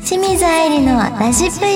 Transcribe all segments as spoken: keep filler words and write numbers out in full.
清水愛理のラジプユ。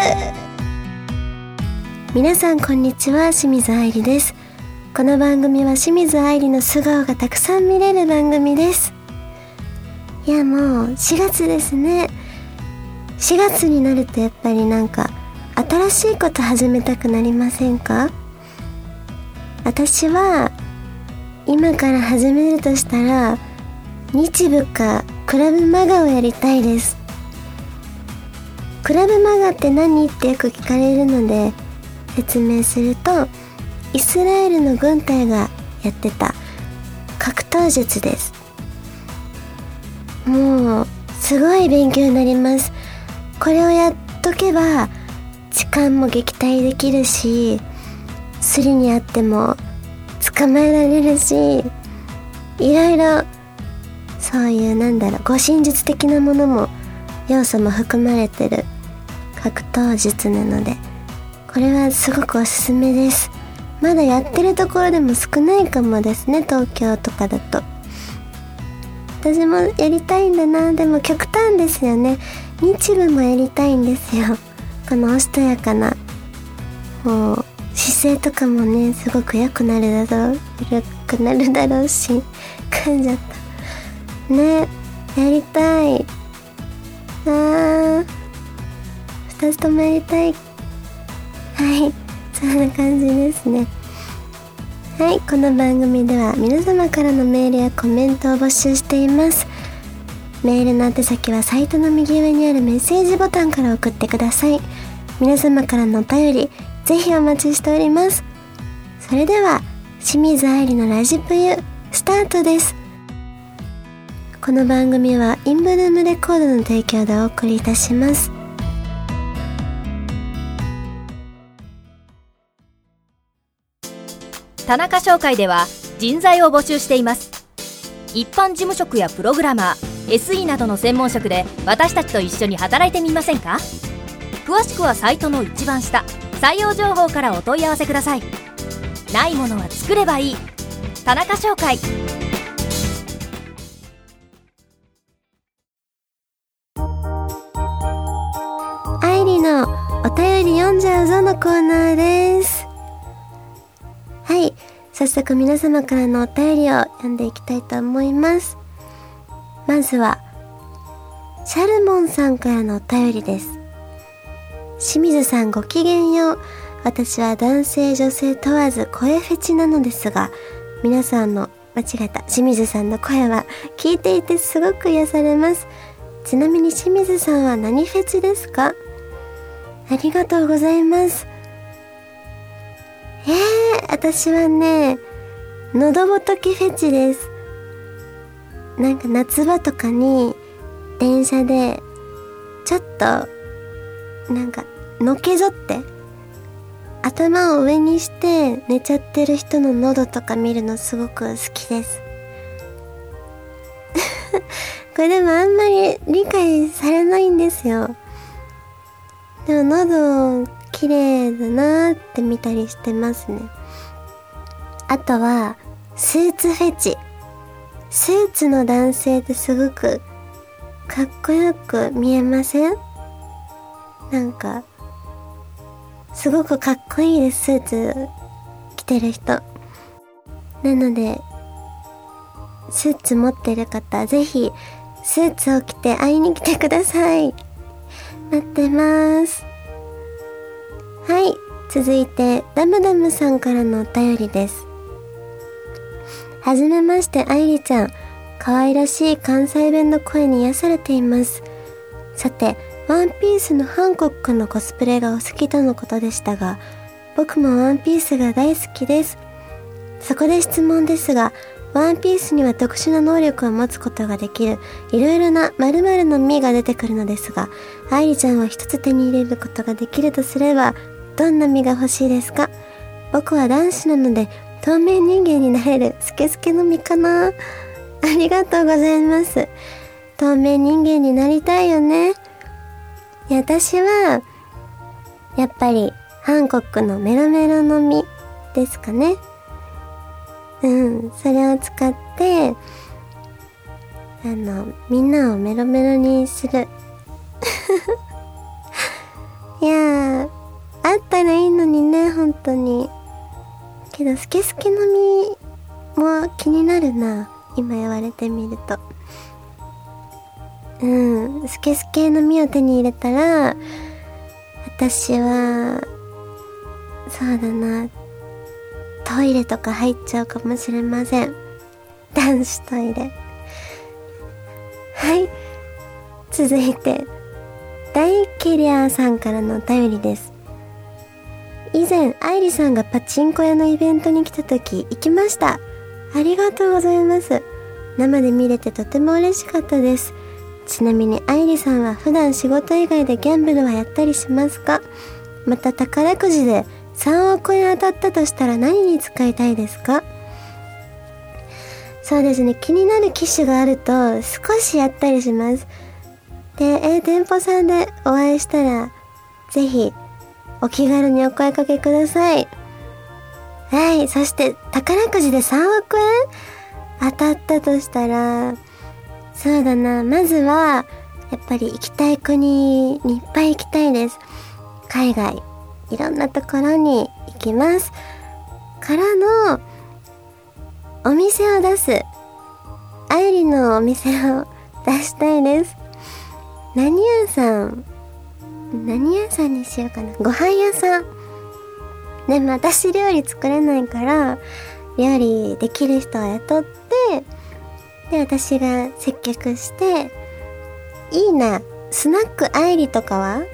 皆さんこんにちは、清水愛理です。この番組は清水愛理の素顔がたくさん見れる番組です。いやもうしがつですね。しがつになるとやっぱりなんか新しいこと始めたくなりませんか？私は今から始めるとしたら日舞かクラブマガをやりたいです。クラブマガって何ってよく聞かれるので説明すると、イスラエルの軍隊がやってた格闘術です。もうすごい勉強になります。これをやっとけば痴漢も撃退できるし、スリにあっても捕まえられるし、いろいろそういうなんだろう護身術的なものも要素も含まれてる格闘術なので、これはすごくおすすめです。まだやってるところでも少ないかもですね、東京とかだと。私もやりたいんだな。でも極端ですよね。日舞もやりたいんですよ。このおしとやかなもう姿勢とかもね、すごく良くなるだろう良くなるだろうし、噛んじゃったね。やりたい。あー二つともやりたい。はい、そんな感じですね。はい、この番組では皆様からのメールやコメントを募集しています。メールの宛先はサイトの右上にあるメッセージボタンから送ってください。皆様からのお便りぜひお待ちしております。それでは清水愛理のラジプユスタートです。この番組はインブルームレコードの提供でお送りいたします。 田中商会では人材を募集しています。一般事務職やプログラマー、エスイー などの専門職で私たちと一緒に働いてみませんか？詳しくはサイトの一番下、採用情報からお問い合わせください。ないものは作ればいい。田中商会。 愛理のお便り読んじゃうぞのコーナーです。はい、早速皆様からのお便りを読んでいきたいと思います。まずはシャルモンさんからのお便りです。清水さんごきげんよう。私は男性女性問わず声フェチなのですが、皆さんの間違えた清水さんの声は聞いていてすごく癒されます。ちなみに清水さんは何フェチですか？ありがとうございます。えー、私はね、喉仏フェチです。なんか夏場とかに電車でちょっとなんかのけぞって頭を上にして寝ちゃってる人の喉とか見るのすごく好きです。これでもあんまり理解されないんですよ。でも喉綺麗だなーって見たりしてますね。あとはスーツフェチ。スーツの男性ってすごくかっこよく見えません？なんかすごくかっこいいです、スーツ着てる人。なのでスーツ持ってる方、ぜひスーツを着て会いに来てください。待ってます。はい、続いてダムダムさんからのお便りです。はじめまして、愛理ちゃん。可愛らしい関西弁の声に癒されています。さて、ワンピースのハンコックのコスプレがお好きとのことでしたが、僕もワンピースが大好きです。そこで質問ですが、ワンピースには特殊な能力を持つことができるいろいろな〇〇の実が出てくるのですが、愛理ちゃんは一つ手に入れることができるとすればどんな実が欲しいですか？僕は男子なので透明人間になれるスケスケの実かな。ありがとうございます。透明人間になりたいよね。いや、私はやっぱりハンコックのメロメロの実ですかね。うん、それを使ってあのみんなをメロメロにするいやー、あったらいいのにね、本当に。けどスケスケの実も気になるな、今言われてみると。うん、スケスケの実を手に入れたら、私はそうだな、トイレとか入っちゃうかもしれません。男子トイレ。はい、続いて大ケリアーさんからのお便りです。以前愛理さんがパチンコ屋のイベントに来た時行きました。ありがとうございます。生で見れてとても嬉しかったです。ちなみに愛理さんは普段仕事以外でギャンブルはやったりしますか？また宝くじでさんおくえん当たったとしたら何に使いたいですか？そうですね、気になる機種があると少しやったりします。で、えー、店舗さんでお会いしたらぜひお気軽にお声かけください。はい、そして宝くじでさんおくえん当たったとしたら、そうだな、まずはやっぱり行きたい国にいっぱい行きたいです。海外いろんなところに行きますからのお店を出す、愛理のお店を出したいです。何屋さん何屋さんにしようかな。ご飯屋さんでも私料理作れないから料理できる人を雇って、で私が接客して、いいな、スナック愛理とかは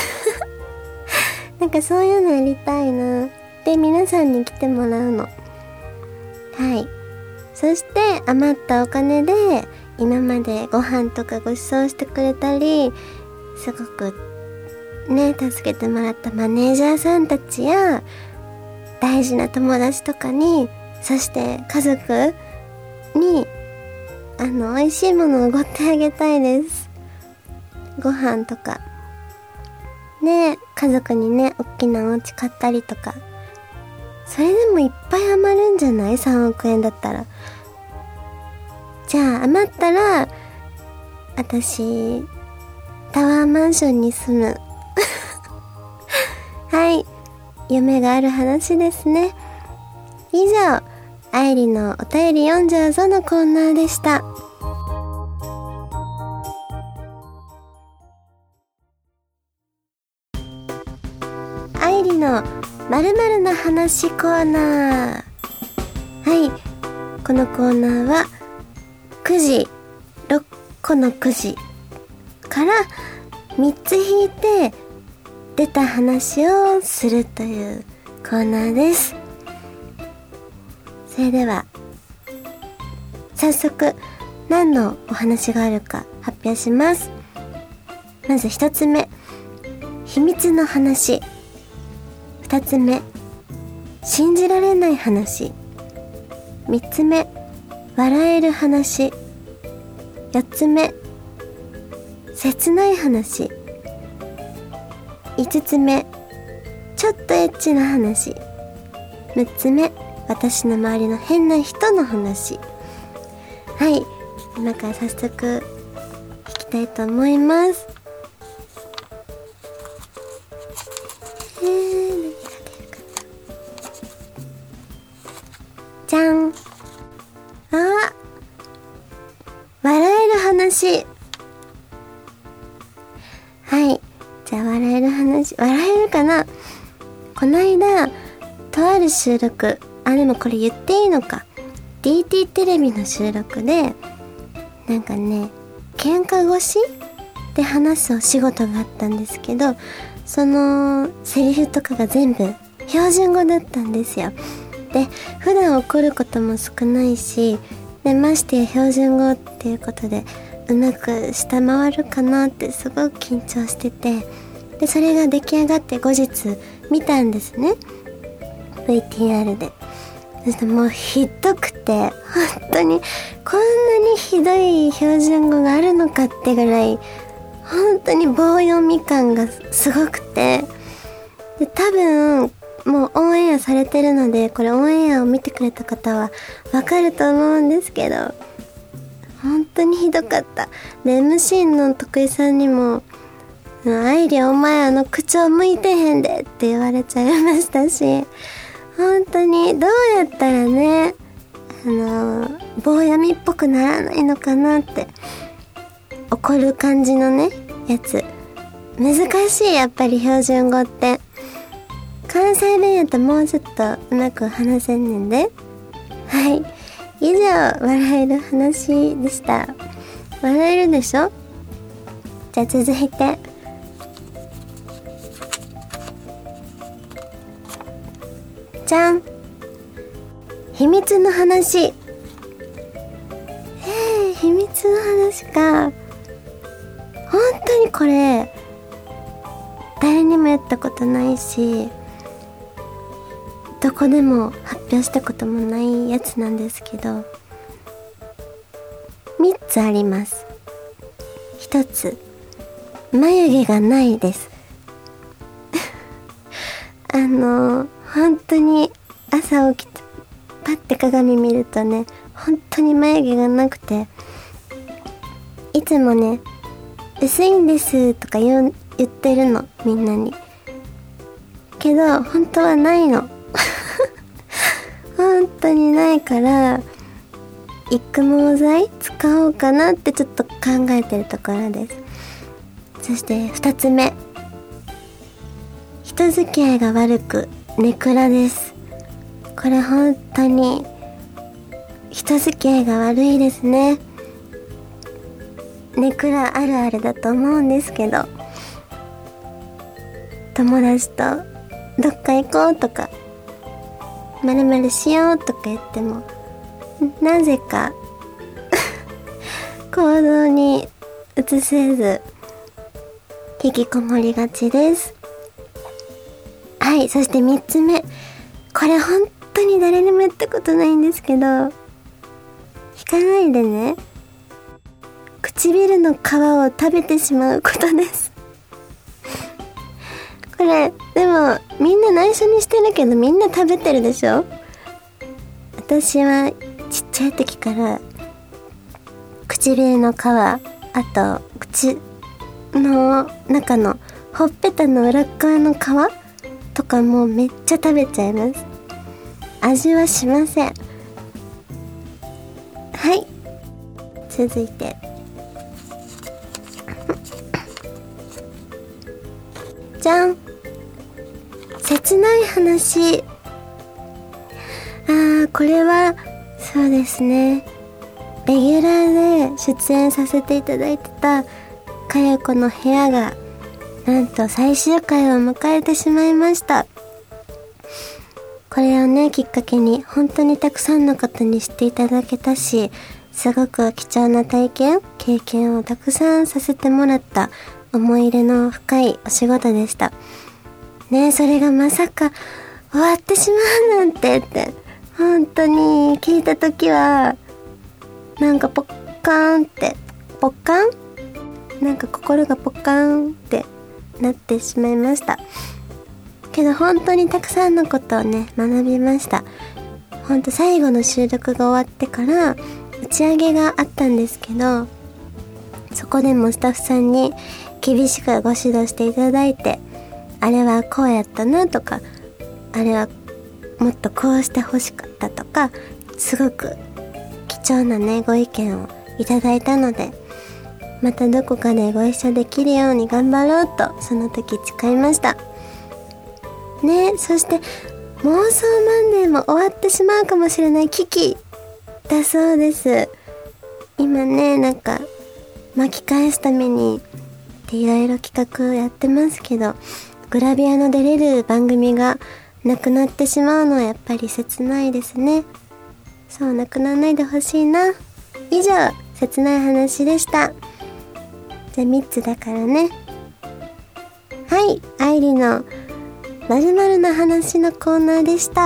なんかそういうのやりたいな。で皆さんに来てもらうの。はい、そして余ったお金で今までご飯とかご馳走してくれたり、すごくね助けてもらったマネージャーさんたちや大事な友達とかに、そして家族にあの美味しいものをおごってあげたいです。ご飯とかね、家族にね大きなお家買ったりとか。それでもいっぱい余るんじゃない？ さん 億円だったら。じゃあ余ったら私タワーマンションに住むはい、夢がある話ですね。以上、愛理のお便り読んじゃうぞのコーナーでした。愛理の〇〇の話コーナー。はい、このコーナーはくじ、ろっこのくじからみっつ引いて出た話をするというコーナーです。それでは早速何のお話があるか発表します。まずひとつめ、秘密の話。ふたつめ、信じられない話。みっつめ、笑える話。よっつめ、切ない話。いつつめ、ちょっとエッチな話。むっつめ、私の周りの変な人の話。はい、今から早速聞きたいと思います。えー、何が出るかな。じゃん。あ、笑える話。はい、じゃあ笑える話、笑えるかな。こないだとある収録、あ、でもこれ言っていいのか、 ディーティー テレビの収録でなんかね、喧嘩越しで話すお仕事があったんですけど、そのセリフとかが全部標準語だったんですよ。で、普段起こることも少ないし、でましてや標準語っていうことでうまく下回るかなってすごく緊張してて、でそれが出来上がって後日見たんですね、 ブイティーアール で。そしてもうひどくて、本当にこんなにひどい標準語があるのかってぐらい本当に棒読み感がすごくて、で多分もうオンエアされてるので、これオンエアを見てくれた方はわかると思うんですけど、本当にひどかった。で エムシー の徳井さんにも愛理お前あの口調向いてへんでって言われちゃいましたし、本当にどうやったらね、あの棒闇っぽくならないのかなって、怒る感じのねやつ難しい。やっぱり標準語って関西弁やともうちょっとうまく話せんねんで。はい、以上笑える話でした。笑えるでしょ。じゃあ続いて、じゃん、秘密の話。えー、秘密の話か。本当にこれ誰にも言ったことないし、どこでも発表したこともないやつなんですけど、みっつあります。ひとつ、眉毛がないです。あの本当に朝起きてパッて鏡見るとね、本当に眉毛がなくて、いつもね薄いんですとか言う言ってるの、みんなに。けど本当はないの。本当にないから、育毛剤使おうかなってちょっと考えてるところです。そしてふたつめ、人付き合いが悪くネクラです。これ本当に人付き合いが悪いですね。ネクラあるあるだと思うんですけど、友達とどっか行こうとか〇〇しようとか言ってもなぜか行動に移せず引きこもりがちです。はい、そしてみっつめ、これ本当に誰にも言ったことないんですけど、引かないでね、唇の皮を食べてしまうことです。これでもみんな内緒にしてるけど、みんな食べてるでしょ。私はちっちゃい時から唇の皮、あと口の中のほっぺたの裏側の皮とかもめっちゃ食べちゃいます。味はしません。はい、続いてじゃん、切ない話。あー、これはそうですね、レギュラーで出演させていただいてたかよこの部屋がなんと最終回を迎えてしまいました。これをねきっかけに本当にたくさんの方に知っていただけたし、すごく貴重な体験経験をたくさんさせてもらった思い入れの深いお仕事でしたね。それがまさか終わってしまうなんてって本当に聞いた時はなんかポッカーンってポッカンなんか心がポッカーンってなってしまいましたけど、本当にたくさんのことをね学びました。本当最後の収録が終わってから打ち上げがあったんですけど、そこでもスタッフさんに厳しくご指導していただいて、あれはこうやったなとか、あれはもっとこうしてほしかったとか、すごく貴重なねご意見をいただいたので、またどこかでご一緒できるように頑張ろうとその時誓いましたね。そして妄想マンデーも終わってしまうかもしれない危機だそうです。今ねなんか巻き返すためにっていろいろ企画やってますけど、グラビアの出れる番組がなくなってしまうのはやっぱり切ないですね。そう、なくならないでほしいな。以上、切ない話でした。じゃあみっつだからね。はい、愛理の〇〇な話のコーナーでした。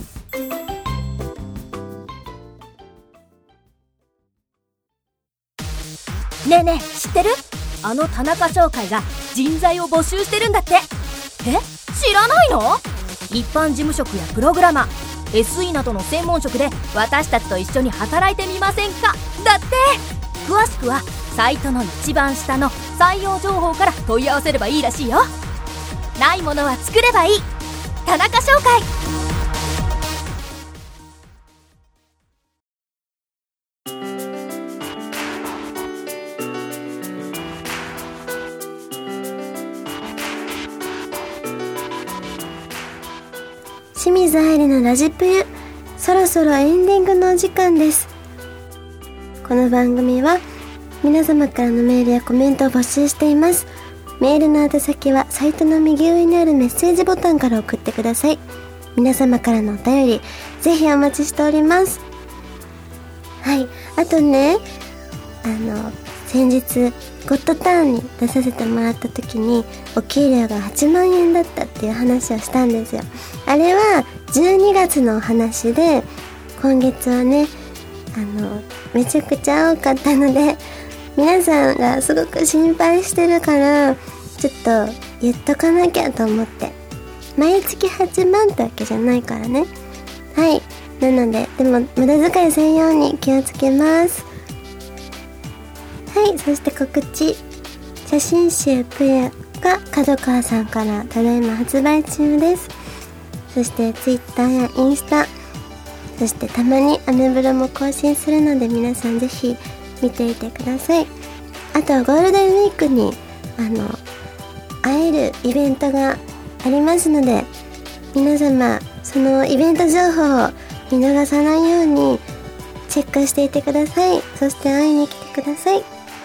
ねえねえ、知ってる？あの田中商会が人材を募集してるんだって。え、知らないの？一般事務職やプログラマー、エスイー などの専門職で私たちと一緒に働いてみませんかだって。詳しくはサイトの一番下の採用情報から問い合わせればいいらしいよ。ないものは作ればいい。田中商会。 清水愛理のラジプユ、そろそろエンディングのお時間です。この番組は皆様からのメールやコメントを募集しています。メールの宛先はサイトの右上にあるメッセージボタンから送ってください。皆様からのお便りぜひお待ちしております。はい、あとね、あの先日ゴッドタウンに出させてもらった時にお給料がはちまんえんだったっていう話をしたんですよ。あれはじゅうにがつのお話で、今月はね、あのめちゃくちゃ多かったので、皆さんがすごく心配してるからちょっと言っとかなきゃと思って。毎月はちまんってわけじゃないからね。はい、なのででも無駄遣いせんように気をつけます。はい、そして告知。写真集プユが角川さんからただいま発売中です。そしてツイッターやインスタ、そしてたまにアメブロも更新するので、皆さんぜひ見ていてください。あとゴールデンウィークにあの会えるイベントがありますので、皆様そのイベント情報を見逃さないようにチェックしていてください。そして会いに来てください。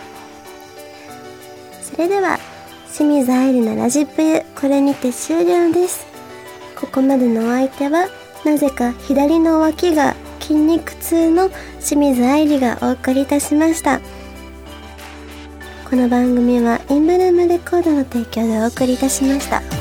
それでは清水愛理のラジプユ、これにて終了です。ここまでのお相手はなぜか左の脇が筋肉痛の清水愛理がお送りいたしました。この番組はインブルームレコードの提供でお送りいたしました。